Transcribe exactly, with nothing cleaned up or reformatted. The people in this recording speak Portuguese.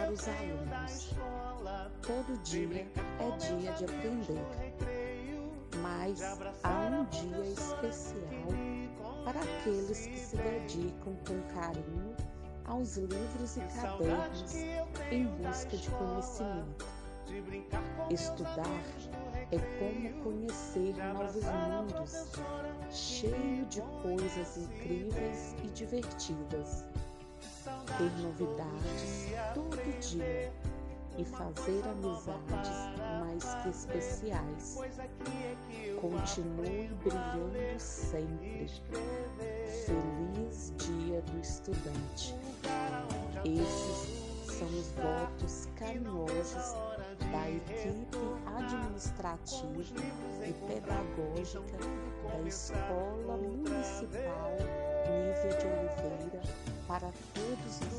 para os alunos. Todo dia é dia de aprender, mas há um dia especial para aqueles que se dedicam com carinho aos livros e cadernos em busca de conhecimento. Estudar é como conhecer novos mundos, cheio de coisas incríveis e divertidas. Ter novidades todo dia e fazer amizades mais que especiais. Continue brilhando sempre. Feliz Dia do Estudante. Esses são os votos carinhosos da equipe administrativa e pedagógica da Escola Municipal Nívia de Oliveira para todos os